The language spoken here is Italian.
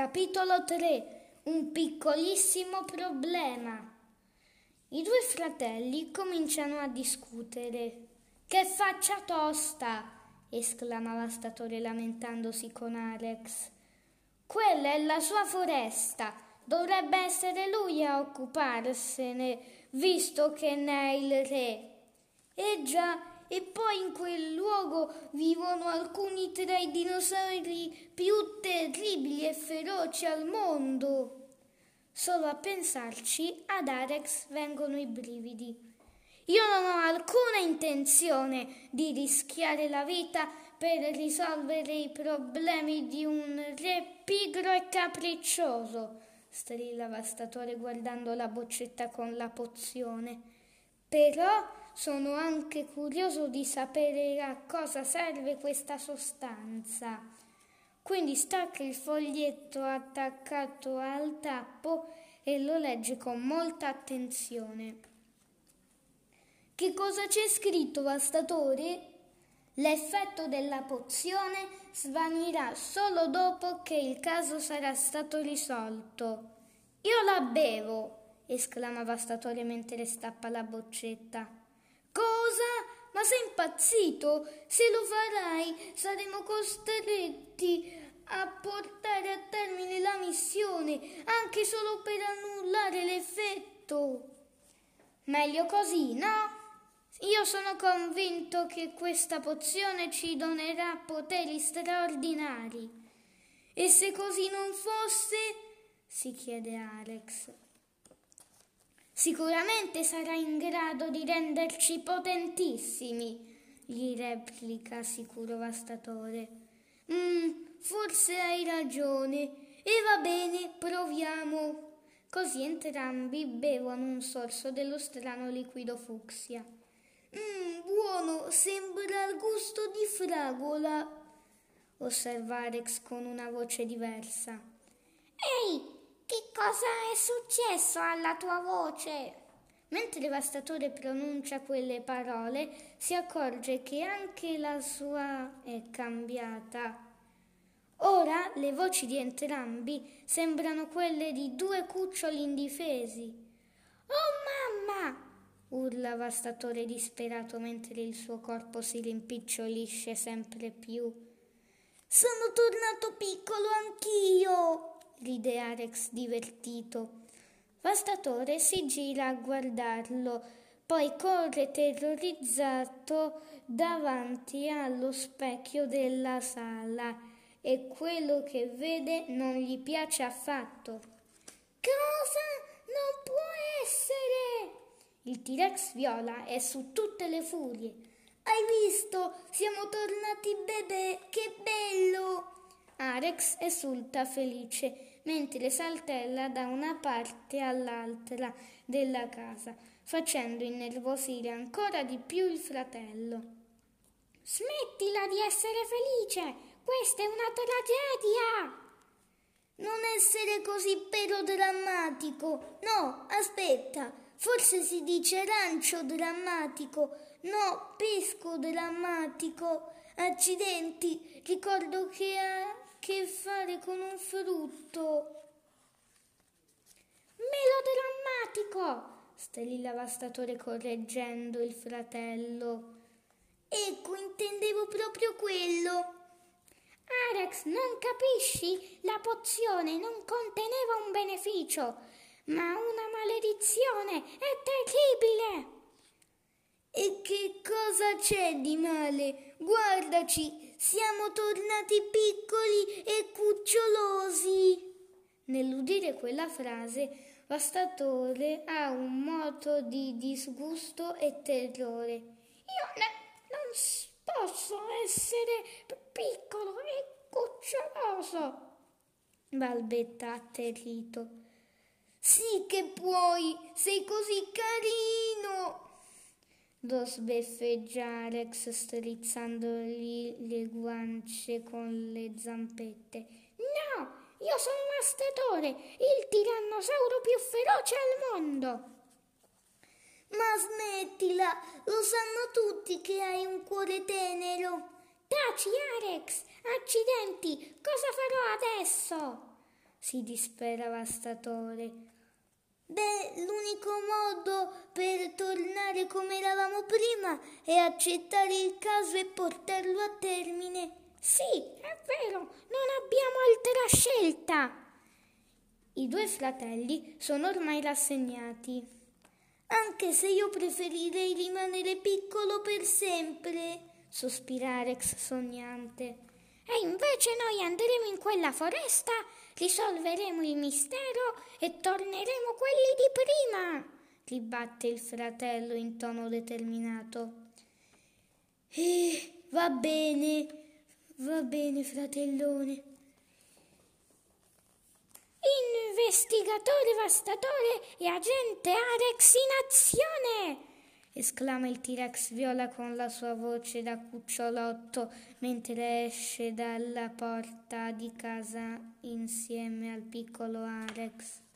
Capitolo 3. Un piccolissimo problema. I due fratelli cominciano a discutere. Che faccia tosta! Esclamava Statore lamentandosi con Alex. Quella è la sua foresta. Dovrebbe essere lui a occuparsene, visto che ne è il re. E già, e poi in quel luogo vivono alcuni tra i dinosauri più terribili e feroci al mondo. Solo a pensarci ad Alex vengono i brividi. Io non ho alcuna intenzione di rischiare la vita per risolvere i problemi di un re pigro e capriccioso, strillava Statore guardando la boccetta con la pozione. Però sono anche curioso di sapere a cosa serve questa sostanza. Quindi stacca il foglietto attaccato al tappo e lo legge con molta attenzione. Che cosa c'è scritto, Vastatore? L'effetto della pozione svanirà solo dopo che il caso sarà stato risolto. Io la bevo, esclama Vastatore mentre stappa la boccetta. Cosa? Ma sei impazzito? Se lo farai, saremo costretti a portare a termine la missione, anche solo per annullare l'effetto. Meglio così, no? Io sono convinto che questa pozione ci donerà poteri straordinari. E se così non fosse? Si chiede Alex. Sicuramente sarà in grado di renderci potentissimi, gli replica sicuro Vastatore. Forse hai ragione. E va bene, proviamo. Così entrambi bevono un sorso dello strano liquido fucsia. Buono, sembra il gusto di fragola, osserva Alex con una voce diversa. Ehi, che cosa è successo alla tua voce? Mentre Vastatore pronuncia quelle parole, si accorge che anche la sua è cambiata. Ora le voci di entrambi sembrano quelle di due cuccioli indifesi. Oh mamma! Urla Vastatore disperato mentre il suo corpo si rimpicciolisce sempre più. Sono tornato piccolo anch'io! Ride Alex divertito. Vastatore si gira a guardarlo, poi corre terrorizzato davanti allo specchio della sala e quello che vede non gli piace affatto. Cosa? Non può essere! Il T-Rex viola è su tutte le furie. Hai visto? Siamo tornati bebè, che bello! Alex esulta felice mentre saltella da una parte all'altra della casa, facendo innervosire ancora di più il fratello. Smettila di essere felice! Questa è una tragedia! Non essere così drammatico. No, aspetta, forse si dice arancio drammatico. No, pesco drammatico. Accidenti, ricordo che ha a che fare con un frutto. Melodrammatico, strillava Statore correggendo il fratello. Ecco, intendevo proprio quello. Alex, non capisci? La pozione non conteneva un beneficio, ma una maledizione. È terribile! E che cosa c'è di male? Guardaci, siamo tornati piccoli e cucciolosi. Nell'udire quella frase, Vastatore ha un moto di disgusto e terrore. Io non posso essere piccolo e cuccioloso, balbetta atterrito. Sì che puoi, sei così carino! Lo sbeffeggia Alex strizzandogli le guance con le zampette. No, io sono Vastatore, il tirannosauro più feroce al mondo. Ma smettila, lo sanno tutti che hai un cuore tenero. Taci, Alex, accidenti, cosa farò adesso? si dispera Vastatore. Beh, l'unico modo per tornare come eravamo prima è accettare il caso e portarlo a termine. Sì, è vero, non abbiamo altra scelta. I due fratelli sono ormai rassegnati. Anche se io preferirei rimanere piccolo per sempre, sospira Rex sognante. E invece noi andremo in quella foresta, risolveremo il mistero e torneremo quelli di prima, ribatte il fratello in tono determinato. Va bene, fratellone. Investigatore Vastatore e agente Arex in azione! Esclama il T-Rex viola con la sua voce da cucciolotto mentre esce dalla porta di casa insieme al piccolo Arex.